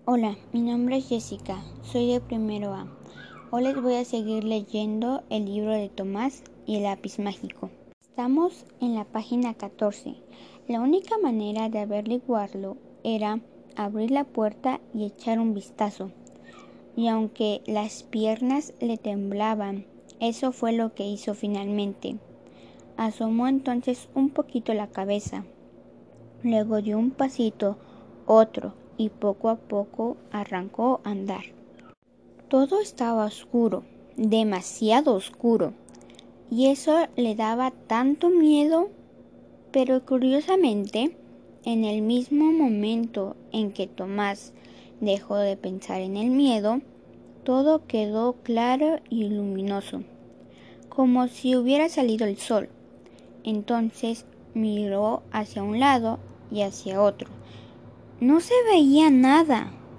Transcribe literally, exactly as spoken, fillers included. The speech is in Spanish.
Hola, mi nombre es Jessica, soy de primero A. Hoy les voy a seguir leyendo el libro de Tomás y el lápiz mágico. Estamos en la página catorce. La única manera de averiguarlo era abrir la puerta y echar un vistazo. Y aunque las piernas le temblaban, eso fue lo que hizo finalmente. Asomó entonces un poquito la cabeza. Luego dio un pasito, otro, y poco a poco arrancó a andar. Todo estaba oscuro, demasiado oscuro, y eso le daba tanto miedo, pero curiosamente, en el mismo momento en que Tomás dejó de pensar en el miedo, todo quedó claro y luminoso, como si hubiera salido el sol. Entonces miró hacia un lado y hacia otro. No se veía nada.